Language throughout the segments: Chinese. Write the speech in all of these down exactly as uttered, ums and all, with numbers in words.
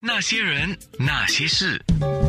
那些人，那些事，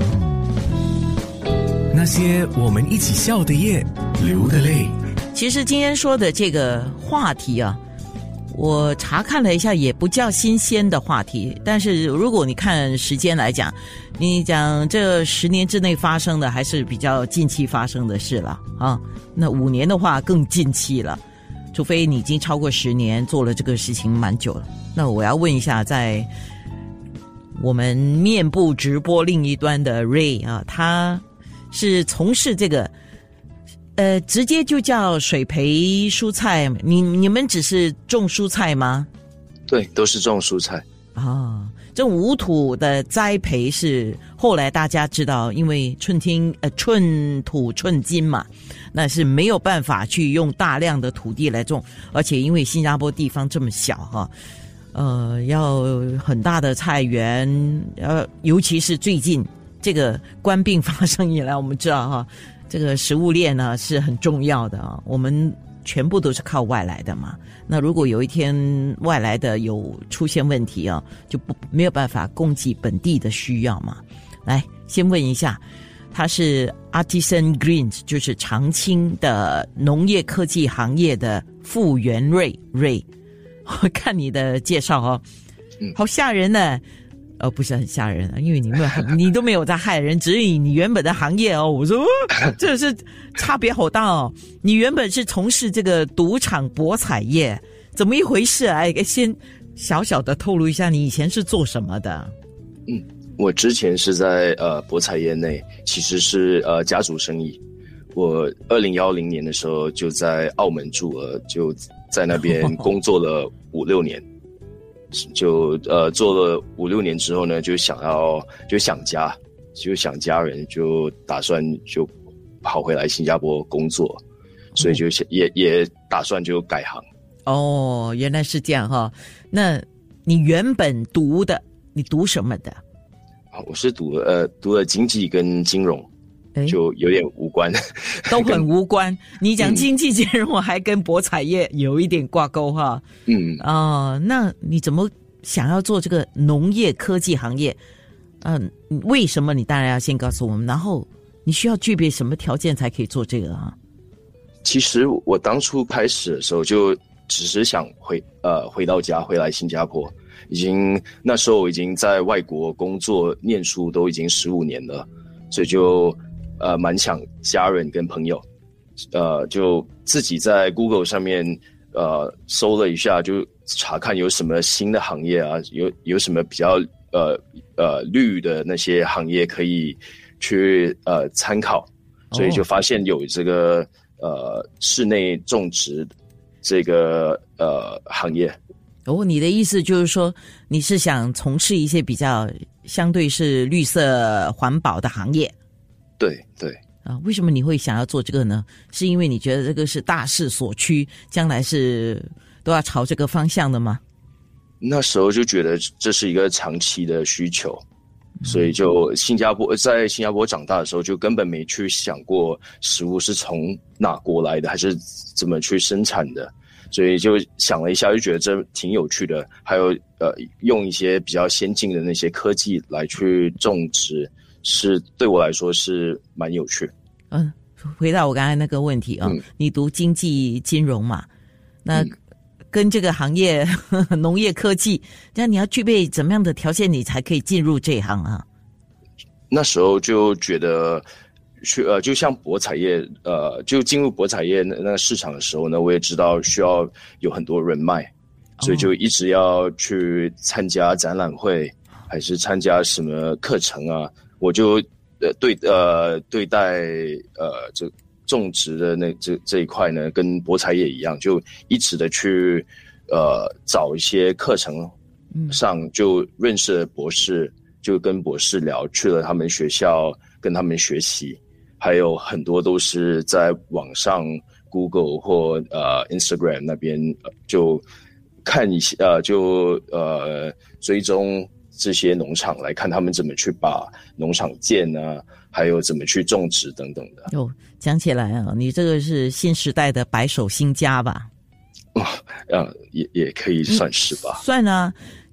那些我们一起笑的夜，流的泪。 其实今天说的这个话题啊，我查看了一下，也不叫新鲜的话题。但是如果你看时间来讲，你讲这十年之内发生的，还是比较近期发生的事了啊。那五年的话更近期了，除非你已经超过十年做了这个事情蛮久了。那我要问一下，在我们面部直播另一端的 Ray 啊，他是从事这个呃，直接就叫水培蔬菜。你你们只是种蔬菜吗？ 对，都是种蔬菜。 哦，这无土的栽培是后来大家知道，因为寸金呃寸土寸金嘛，那是没有办法去用大量的土地来种，而且因为新加坡地方这么小哈，呃，要很大的菜园，呃，尤其是最近这个冠病发生以来，我们知道哈，这个食物链呢是很重要的啊，我们全部都是靠外来的嘛。那如果有一天外来的有出现问题啊，就不没有办法供给本地的需要嘛。来，先问一下，他是 Artisan Greens， 就是长青的农业科技行业的傅元瑞瑞。我看你的介绍哦，好吓人呢。呃，不是很吓人啊，因为你没有，你都没有在害人，只是你原本的行业哦。我说，这是差别好大哦。你原本是从事这个赌场博彩业，怎么一回事啊？哎，先小小的透露一下，你以前是做什么的？ 嗯，我之前是在呃博彩业内，其实是呃家族生意。我二零幺零年的时候就在澳门住了，就在那边工作了五六年。就呃做了五六年之后呢，就想要就想家，就想家人，就打算就跑回来新加坡工作，所以就也也打算就改行。 哦，原来是这样哈。那你原本读的，你读什么的？ 我是读呃读了经济跟金融。就有点无关， 都很无关。你讲经济金融，我还跟博彩业有一点挂钩哈。嗯哦，那你怎么想要做这个农业科技行业？嗯、呃，为什么？你当然要先告诉我们。然后你需要具备什么条件才可以做这个啊？ 其实我当初开始的时候，就只是想回呃回到家，回来新加坡。已经那时候我已经在外国工作、念书都已经十五年了，所以就。呃，蛮想家人跟朋友，呃，就自己在 Google 上面呃搜了一下，就查看有什么新的行业啊，有有什么比较呃呃绿的那些行业可以去呃参考，所以就发现有这个呃室内种植这个呃行业。 哦，你的意思就是说你是想从事一些比较相对是绿色环保的行业？ 对对啊，为什么你会想要做这个呢？是因为你觉得这个是大势所趋，将来是都要朝这个方向的吗？ 那时候就觉得这是一个长期的需求，所以就新加坡在新加坡长大的时候，就根本没去想过食物是从哪国来的，还是怎么去生产的，所以就想了一下，就觉得这挺有趣的。还有呃，用一些比较先进的那些科技来去种植。是对我来说是蛮有趣。 嗯，回到我刚才那个问题啊、哦嗯，你读经济金融嘛，那跟这个行业、嗯、农业科技，那你要具备怎么样的条件，你才可以进入这一行啊？ 那时候就觉得，去呃，就像博彩业，呃，就进入博彩业那那个市场的时候呢，我也知道需要有很多人脉，所以就一直要去参加展览会，还是参加什么课程啊。我就呃对呃对待呃这种植的那这这一块呢，跟博彩业一样，就一直的去呃找一些课程上，就认识了博士，就跟博士聊，去了他们学校跟他们学习，还有很多都是在网上 Google 或呃 Instagram 那边、呃、就看一些呃就呃追踪。这些农场来看他们怎么去把农场建啊，还有怎么去种植等等的。 哦，讲起来啊，你这个是新时代的白手兴家吧？ 哦，呃，也也可以算是吧。 算啊，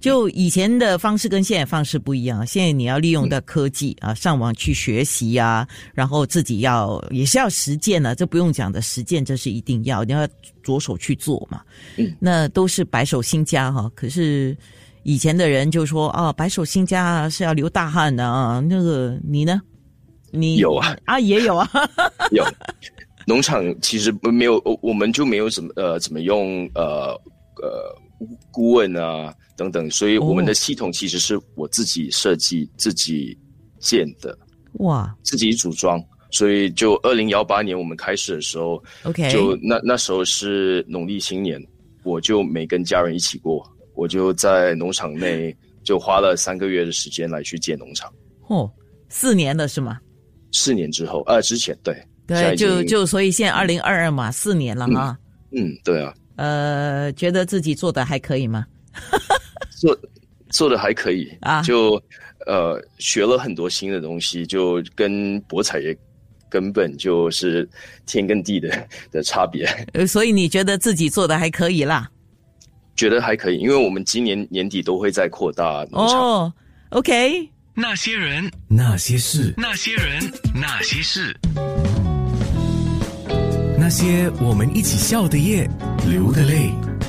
就以前的方式跟现在方式不一样，现在你要利用的科技啊，上网去学习啊，然后自己要也是要实践啊，这不用讲的，实践这是一定要，你要着手去做嘛。嗯，那都是白手兴家哈，可是以前的人就说啊，白手兴家是要流大汗的啊，那个你呢？你有啊啊也有啊， 有。农场其实没有，我们就没有怎么呃怎么用呃呃顾问啊等等，所以我们的系统其实是我自己设计、自己建的， 哇， 自己组装。所以就二零一八年我们开始的时候 ，OK， 就那那时候是农历新年，我就没跟家人一起过，我就在农场内就花了三个月的时间来去建农场。 哦，四年了是吗？ 四年之后，呃，之前对。 对，就就所以现在二零二二嘛，四年了哈。 嗯，嗯对啊。 呃，觉得自己做的还可以吗？ 做做的还可以啊， 就呃学了很多新的东西，就跟博彩业根本就是天跟地的的差别。 呃，所以你觉得自己做的还可以啦？ 觉得还可以，因为我们今年年底都会再扩大农场。 哦 ，OK。 那些人， 那些事， 那些人，那些事。 那些我们一起笑的夜，流的泪。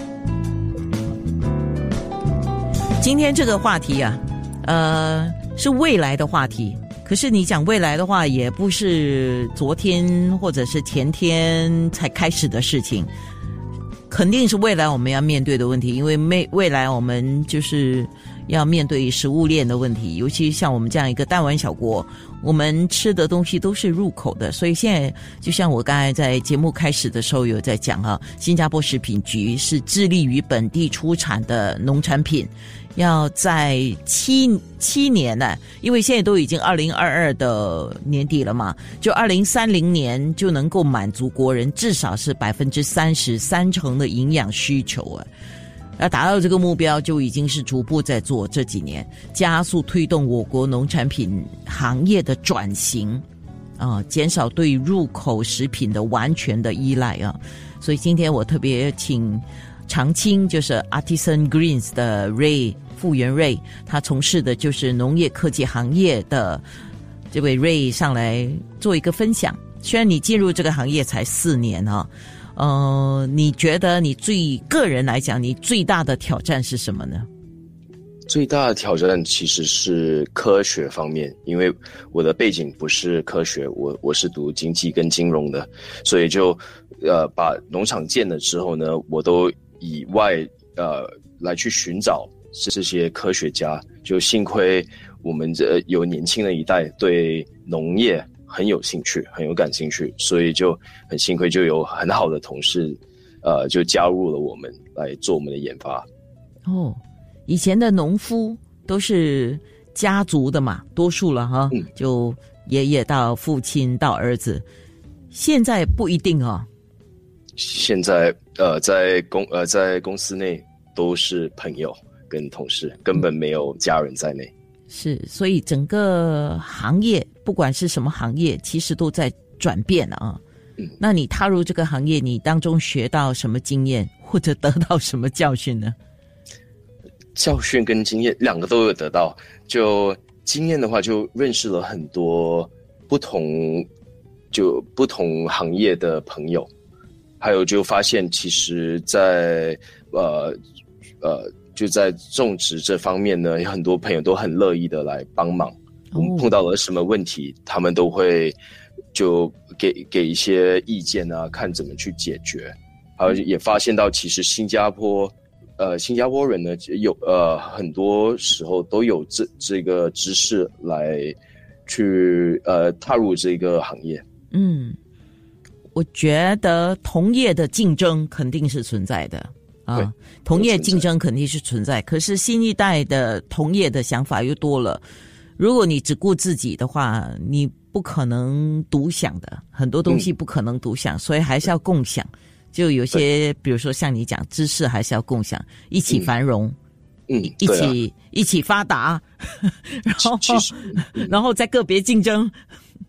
今天这个话题啊，呃，是未来的话题。可是你讲未来的话，也不是昨天或者是前天才开始的事情，肯定是未来我们要面对的问题。因为未未来我们就是要面对食物链的问题，尤其像我们这样一个弹丸小国，我们吃的东西都是入口的，所以现在就像我刚才在节目开始的时候有在讲啊，新加坡食品局是致力于本地出产的农产品，要在七七年呢、啊，因为现在都已经二零二二的年底了嘛，就二零三零年就能够满足国人至少是百分之三十三成的营养需求啊。要达到这个目标，就已经是逐步在做，这几年加速推动我国农产品行业的转型啊、呃，减少对入口食品的完全的依赖啊。所以今天我特别请常青，就是 Artisan Greens 的 Ray 傅元瑞，他从事的就是农业科技行业的这位 Ray 上来做一个分享。虽然你进入这个行业才四年啊。呃，你觉得你最个人来讲，你最大的挑战是什么呢？ 最大的挑战其实是科学方面，因为我的背景不是科学，我我是读经济跟金融的，所以就呃把农场建了之后呢，我都以外呃来去寻找这些科学家，就幸亏我们这有年轻的一代对农业很有兴趣，很有感兴趣，所以就很幸亏就有很好的同事，呃，就加入了我们来做我们的研发。 哦，以前的农夫都是家族的嘛，多数了哈，嗯、就爷爷到父亲到儿子，现在不一定哦。 现在呃，在公呃在公司内都是朋友跟同事，根本没有家人在内。 是，所以整个行业不管是什么行业，其实都在转变啊。嗯，那你踏入这个行业，你当中学到什么经验，或者得到什么教训呢？ 教训跟经验两个都有得到。就经验的话，就认识了很多不同就不同行业的朋友，还有就发现其实在呃呃。就在种植这方面呢，有很多朋友都很乐意的来帮忙。我们碰到了什么问题，他们都会就给给一些意见啊，看怎么去解决。还有也发现到，其实新加坡，呃，新加坡人呢，有呃很多时候都有这这个知识来去呃踏入这个行业。嗯， 我觉得同业的竞争肯定是存在的。啊，同业竞争肯定是存在，可是新一代的同业的想法又多了。如果你只顾自己的话，你不可能独享的，很多东西不可能独享，嗯、所以还是要共享。就有些，比如说像你讲知识，还是要共享，一起繁荣，嗯，嗯一起、啊、一起发达，然后、嗯、然后在个别竞争。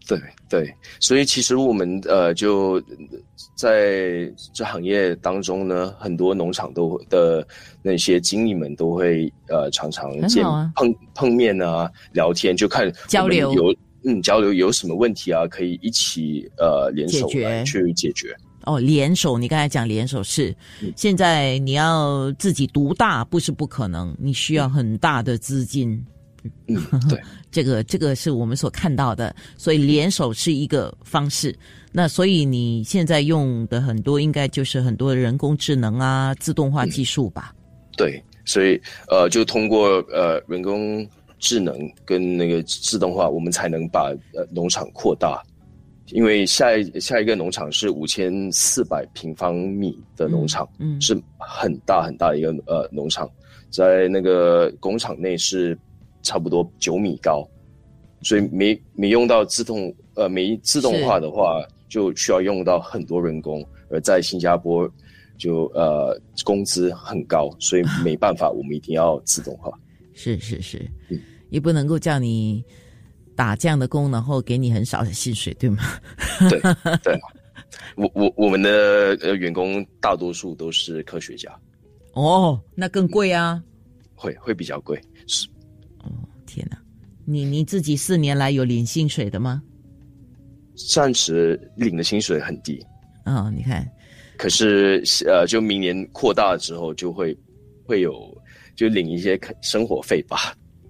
对对，所以其实我们呃就在这行业当中呢，很多农场都的那些经理们都会呃常常见、 啊、 碰碰面啊，聊天，就看交流有嗯交流有什么问题啊，可以一起呃联手来去解决。 哦，联手，你刚才讲联手是、嗯，现在你要自己独大不是不可能，你需要很大的资金。 嗯，对， 这个这个是我们所看到的，所以联手是一个方式。那所以你现在用的很多应该就是很多人工智能啊、自动化技术吧？ 嗯、对，所以呃，就通过呃人工智能跟那个自动化，我们才能把呃农场扩大。因为下一下一个农场是五千四百平方米的农场，嗯，嗯是很大很大的一个呃农场，在那个工厂内是差不多九米高，所以没没用到自动呃没自动化的话，就需要用到很多人工，而在新加坡就呃工资很高，所以没办法，我们一定要自动化。 是是是，嗯，也不能够叫你打这样的工，然后给你很少的薪水，对吗？ 对对，我我我们的呃员工大多数都是科学家。 哦，那更贵啊。 会会比较贵。是。 哦，天哪！你你自己四年来有领薪水的吗？ 暂时领的薪水很低。 哦，你看。 可是呃，就明年扩大之后，就会会有就领一些生活费吧。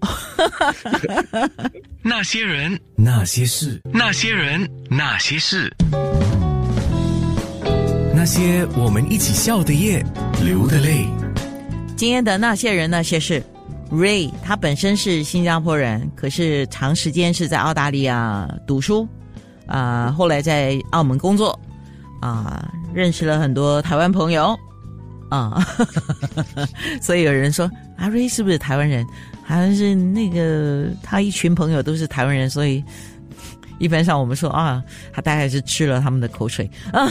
那些人， 那些事， 那些人，那些事， 那些我们一起笑的夜，流的泪。 今天的那些人那些事 ，Ray 他本身是新加坡人，可是长时间是在澳大利亚读书，啊、呃，后来在澳门工作，啊、呃，认识了很多台湾朋友，啊，所以有人说阿 Ray 是不是台湾人？好像是那个他一群朋友都是台湾人，所以一般上我们说啊，他大概是吃了他们的口水啊。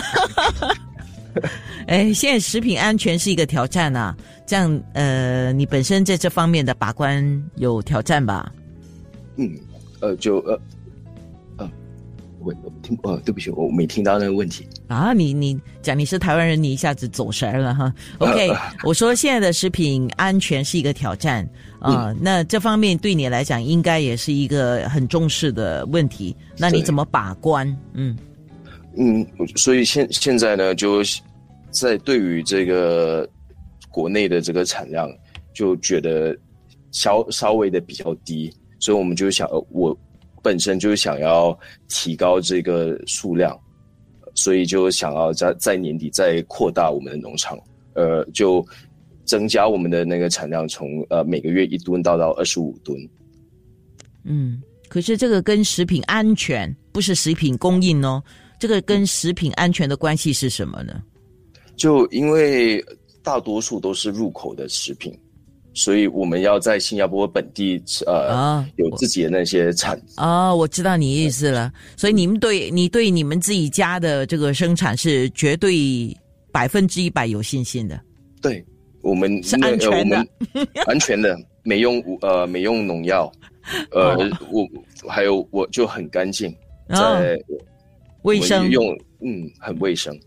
哎，现在食品安全是一个挑战啊，这样呃，你本身在这方面的把关有挑战吧？ 嗯，呃，就呃呃，我我听呃，对不起，我没听到那个问题啊。你你讲你是台湾人，你一下子走神了哈。OK，、呃、我说现在的食品安全是一个挑战。啊、呃嗯，那这方面对你来讲应该也是一个很重视的问题。那你怎么把关？嗯嗯，所以现现在呢，就在对于这个国内的这个产量，就觉得稍稍微的比较低，所以我们就想，我本身就是想要提高这个数量，所以就想要在在年底再扩大我们的农场，呃，就。增加我们的那个产量从呃每个月一吨到到二十五吨。 嗯，可是这个跟食品安全不是食品供应哦，这个跟食品安全的关系是什么呢？ 就因为大多数都是入口的食品，所以我们要在新加坡本地呃、啊、有自己的那些产。 哦，我知道你意思了。所以你们对你对你们自己家的这个生产是绝对百分之一百有信心的。 对。我们是安全的， 呃、我们安全的，没用呃没用农药，呃、哦、我还有我就很干净，在、哦、 卫生用嗯很卫生。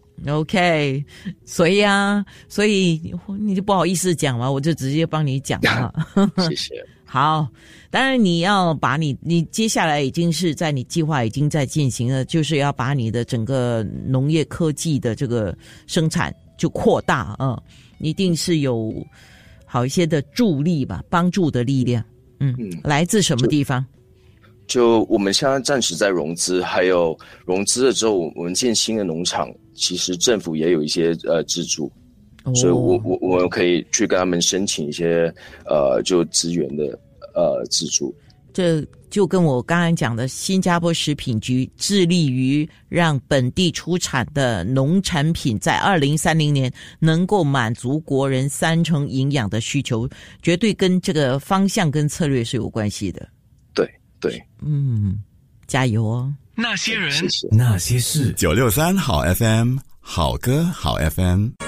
OK， 所以啊，所以你就不好意思讲嘛，我就直接帮你讲了。 谢谢。 好，当然你要把你你接下来已经是在你计划已经在进行了，就是要把你的整个农业科技的这个生产就扩大啊。嗯一定是有好一些的助力吧，帮助的力量。嗯，嗯来自什么地方？ 就, 就我们现在暂时在融资，还有融资了之后，我们建新的农场，其实政府也有一些呃资助，哦、所以我我我们可以去跟他们申请一些呃就资源的呃资助。 这就跟我刚才讲的，新加坡食品局致力于让本地出产的农产品在二零三零年能够满足国人三成营养的需求，绝对跟这个方向跟策略是有关系的。 对对， 嗯，加油哦！ 那些人， 那些事，九六三好 F M， 好歌好 F M。